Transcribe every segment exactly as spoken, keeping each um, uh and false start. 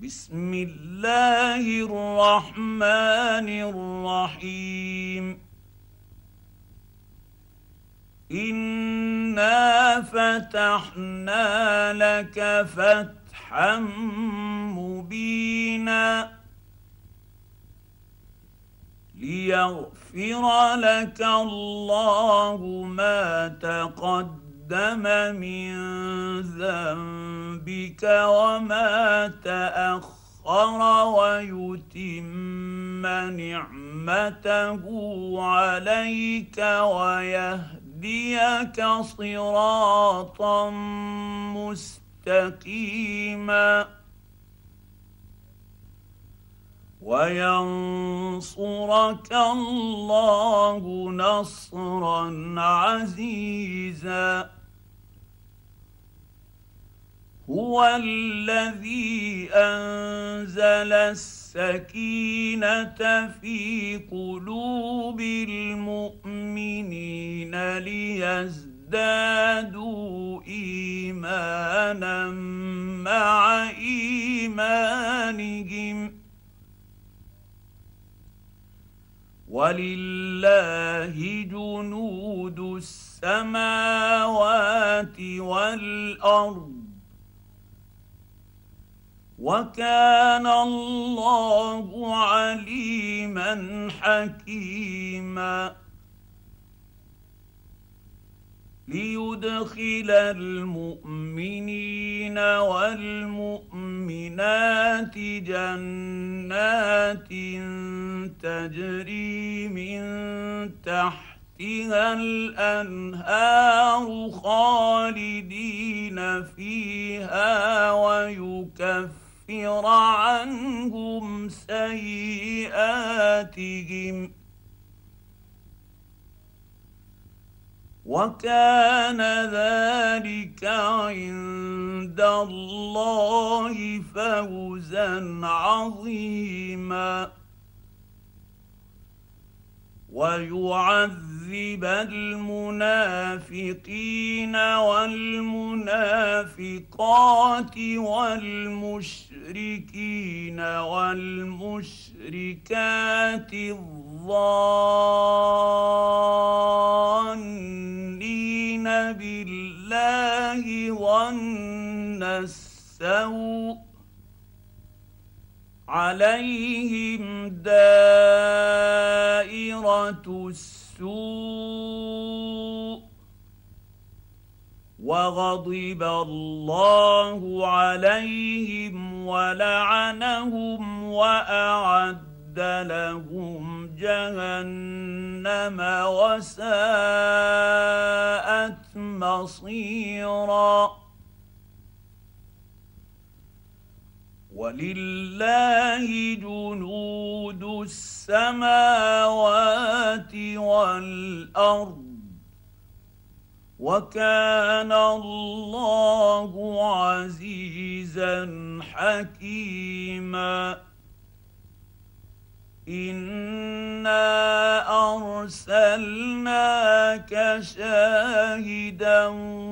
بسم الله الرحمن الرحيم إنا فتحنا لك فتحا مبينا ليغفر لك الله ما تقدم من ذنبك وما تأخر ويتم نعمته عليك ويهديك صراطا مستقيما وينصرك الله نصرا عزيزا هو الذي أنزل السكينة في قلوب المؤمنين ليزدادوا إيمانا مع إيمانهم ولله جنود السماوات والأرض وكان الله عليما حكيما ليدخل المؤمنين والمؤمنات جنات تجري من تحتها الأنهار خالدين فيها ويكفر عنهم سيئاتهم وكان ذلك عند الله فوزا عظيما ويعذب المنافقين والمنافقات والمشركين والمشركات الظانين بالله ظن السوء عليهم دائرة السوء وغضب الله عليهم ولعنهم وأعد لهم جهنم وساءت مصيرا ولله جنود السماوات والأرض وكان الله عزيزا حكيما إنا أرسلناك شاهدا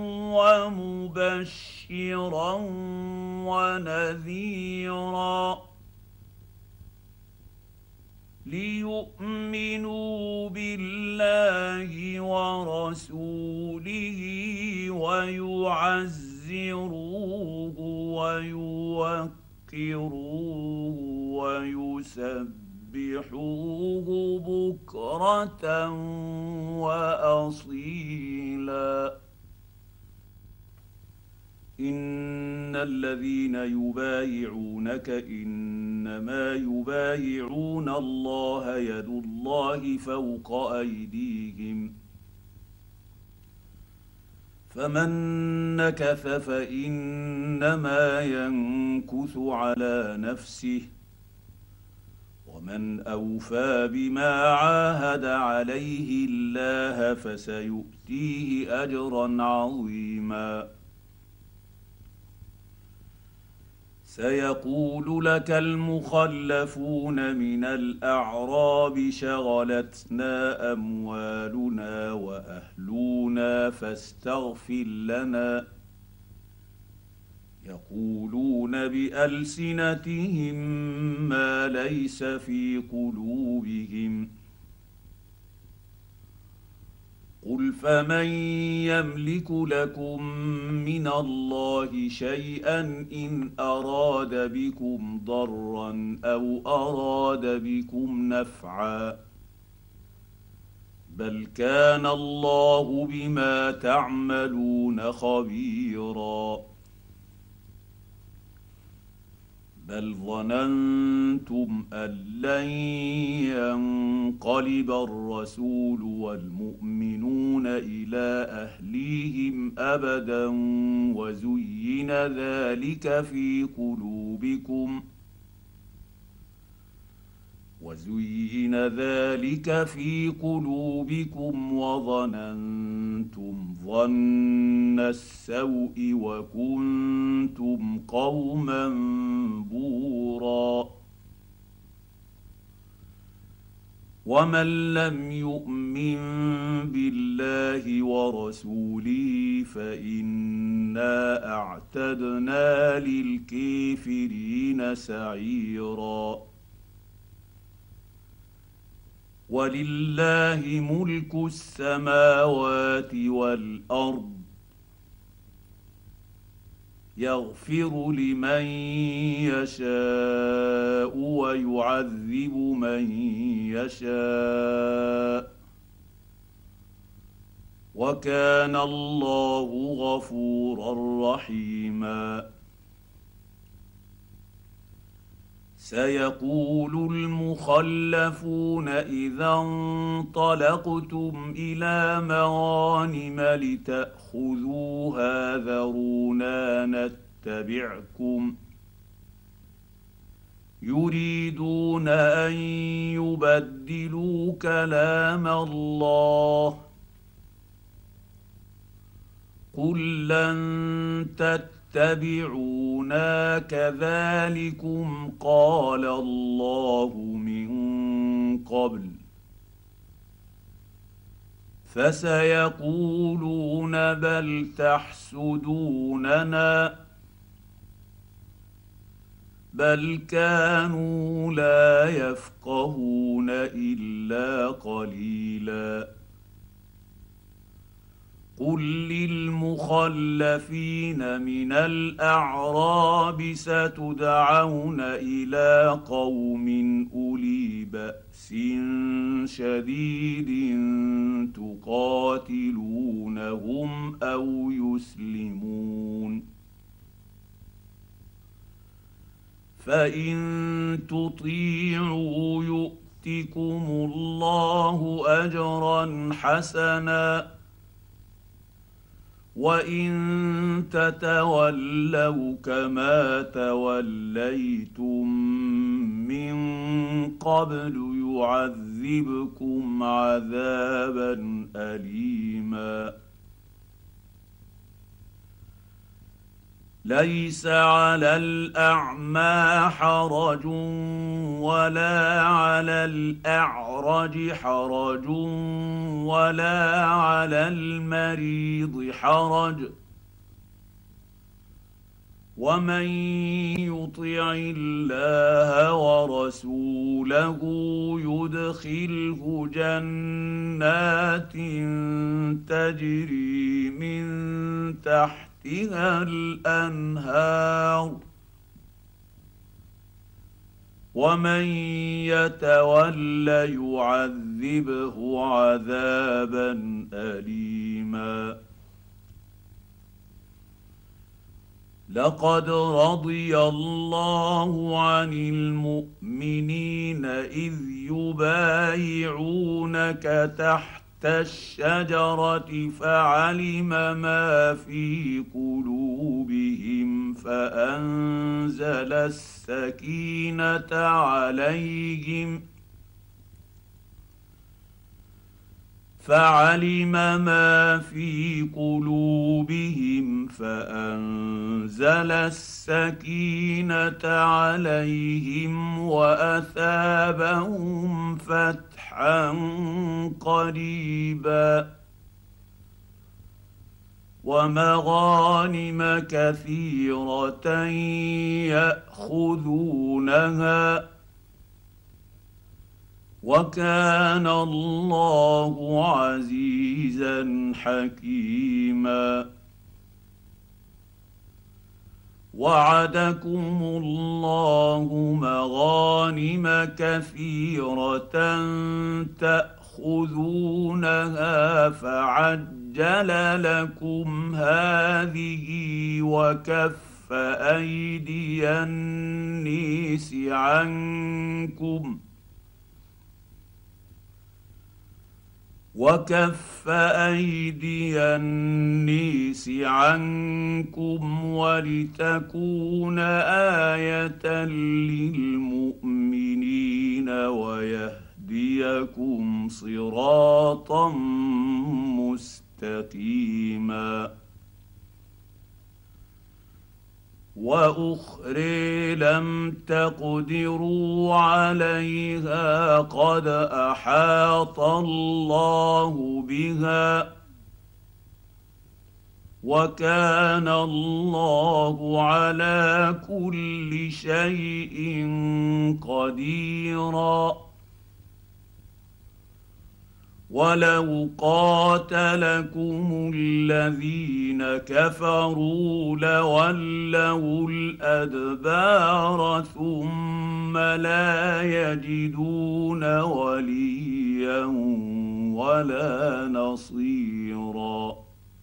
ومبشرا ونذيرا ليؤمنوا بالله ورسوله ويعزروه ويوقروه ويسبحوه بكرة وأصيلا إن الذين يبايعونك إنما يبايعون الله يد الله فوق أيديهم فمن نكث فإنما ينكث على نفسه ومن أوفى بما عاهد عليه الله فسيؤتيه أجرا عظيما سيقول لك المخلفون من الأعراب شغلتنا أموالنا وأهلنا فاستغفر لنا يقولون بألسنتهم ما ليس في قلوبهم قل فمن يملك لكم من الله شيئا إن أراد بكم ضرا أو أراد بكم نفعا بل كان الله بما تعملون خبيرا بل ظننتم أن لن ينقلب الرسول والمؤمنون إلى أهليهم أبدا وزين ذلك في قلوبكم وزين ذلك في قلوبكم وظننتم ظن السوء وكنتم قوما بورا ومن لم يؤمن بالله ورسوله فإنا أعتدنا للكافرين سعيرا ولله ملك السماوات والأرض يغفر لمن يشاء ويعذب من يشاء وكان الله غفورا رحيما سيقول المخلفون إذا انطلقتم إلى مغانم لتأخذوها ذرونا نتبعكم يريدون أن يبدلوا كلام الله قل لن تتبعونا كذلكم قال الله من قبل فسيقولون بل تحسدوننا بل كانوا لا يفقهون إلا قليلا قل للمخلفين من الأعراب ستدعون إلى قوم أولي بأس شديد تقاتلونهم أو يسلمون فإن تطيعوا يؤتكم الله أجرا حسنا وإن تتولوا كما توليتم من قبل يعذبكم عذابا أليما ليس على الأعمى حرج ولا على الأعرج حرج ولا على المريض حرج ومن يطع الله ورسوله يدخله جنات تجري من تحت تحتها الأنهار ومن يتول يعذبه عذابا أليما لقد رضي الله عن المؤمنين إذ يبايعونك تحت الشجرة فعلم ما في قلوبهم فأنزل السكينة عليهم فعلم ما في قلوبهم فأنزل السكينة عليهم وأثابهم فتحا قريبا ومغانم كثيرة يأخذونها وكان الله عزيزا حكيما وعدكم الله مغانم كثيرة تأخذونها فعجل لكم هذه وكف أيدي النيس عنكم وكف أيدي النيس عنكم ولتكون آية للمؤمنين ويهديكم صراطا مستقيما وأخرى لم تقدروا عليها قد أحاط الله بها وكان الله على كل شيء قديرا ولو قاتلكم الذين كفروا لولوا الأدبار ثم لا يجدون وليا ولا نصيرا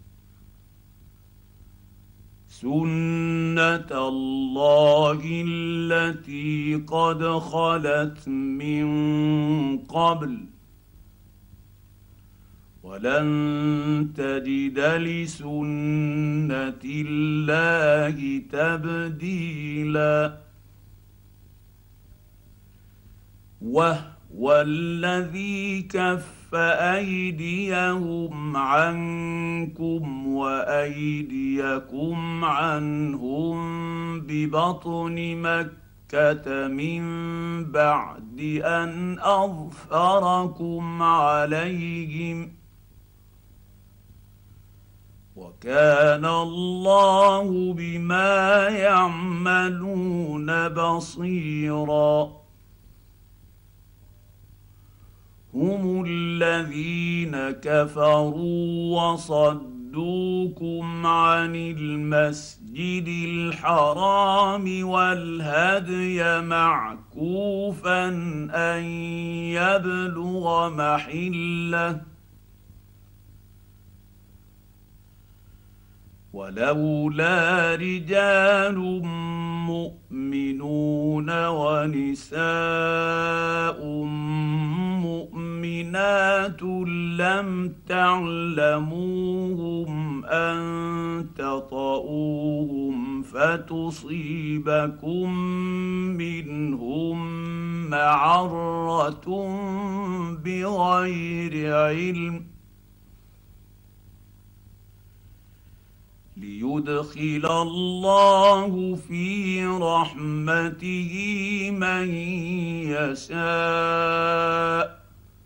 سنة الله التي قد خلت من قبل ولن تجد لسنة الله تبديلا وهو الذي كف أيديهم عنكم وأيديكم عنهم ببطن مكة من بعد أن أظفركم عليهم وكان الله بما يعملون بصيرا هم الذين كفروا وصدوكم عن المسجد الحرام والهدي معكوفا أن يبلغ محله ولولا رجال مؤمنون ونساء مؤمنات لم تعلموهم أن تطؤوهم فتصيبكم منهم معرة بغير علم ليدخل الله في رحمته من يشاء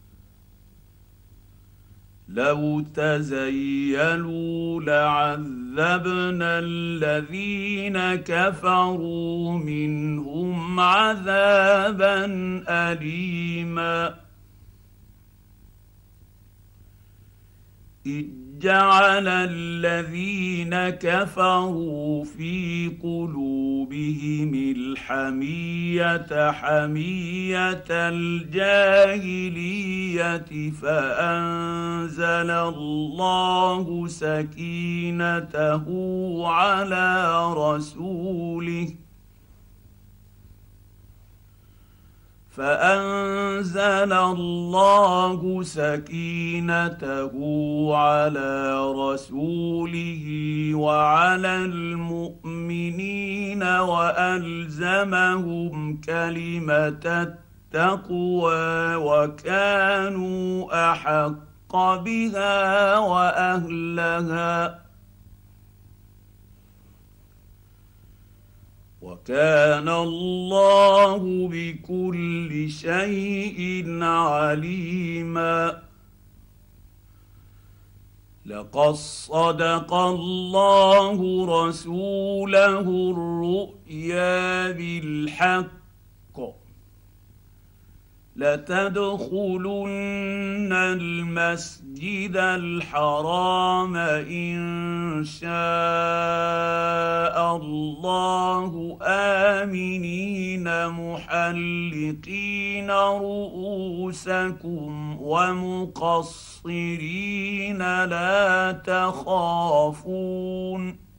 لو تزيلوا لعذبنا الذين كفروا منهم عذابا أليما جعل الذين كفروا في قلوبهم الحمية حمية الجاهلية فأنزل الله سكينته على رسوله فأنزل الله سكينته على رسوله وعلى المؤمنين وألزمهم كلمة التقوى وكانوا أحق بها وأهلها وكان الله بكل شيء عليما لقد صدق الله رسوله الرؤيا بالحق لتدخلن المسجد الحرام إن شاء الله آمنين محلقين رؤوسكم ومقصرين لا تخافون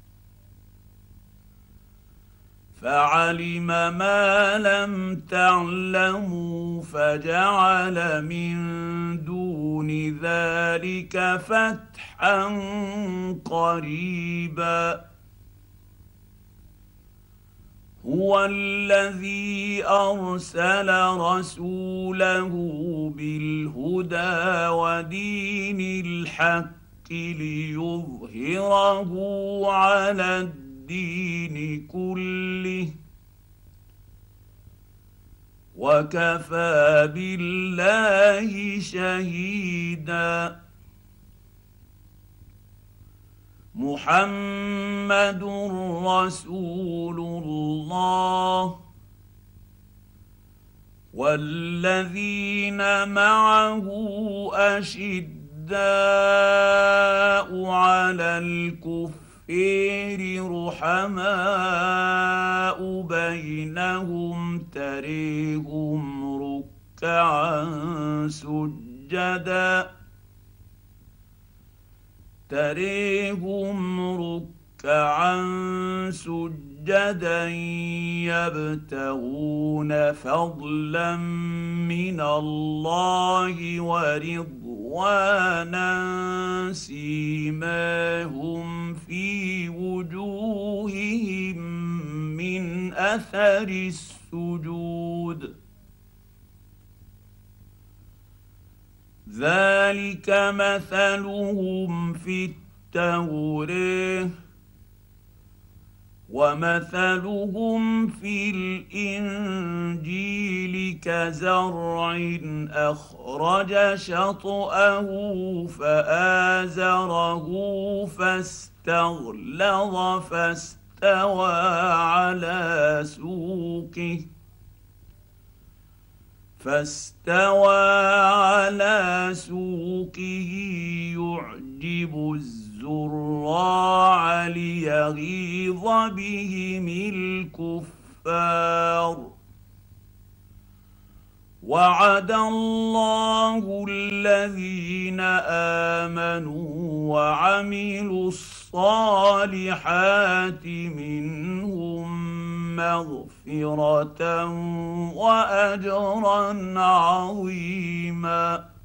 فعلم ما لم تعلموا فجعل من دون ذلك فتحا قريبا هو الذي ارسل رسوله بالهدى ودين الحق ليظهره على الدين الدين كله وكفى بالله شهيدا محمد رسول الله والذين معه أشداء على الكفر رحماء بينهم تريهم ركعا سجدا تريهم ركعا سجدا يبتغون فضلا من الله ورضوانا سيماهم في وجوههم من اثر السجود ذلك مثلهم في التوراه ومثلهم في الإنجيل كزرع أخرج شطأه فآزره فاستغلظ فاستوى على سوقه فاستوى على سوقه يعجب الزراع ليغيظ بهم الكفار وعد الله الذين آمنوا وعملوا الصالحات منهم مغفرة وأجرا عظيما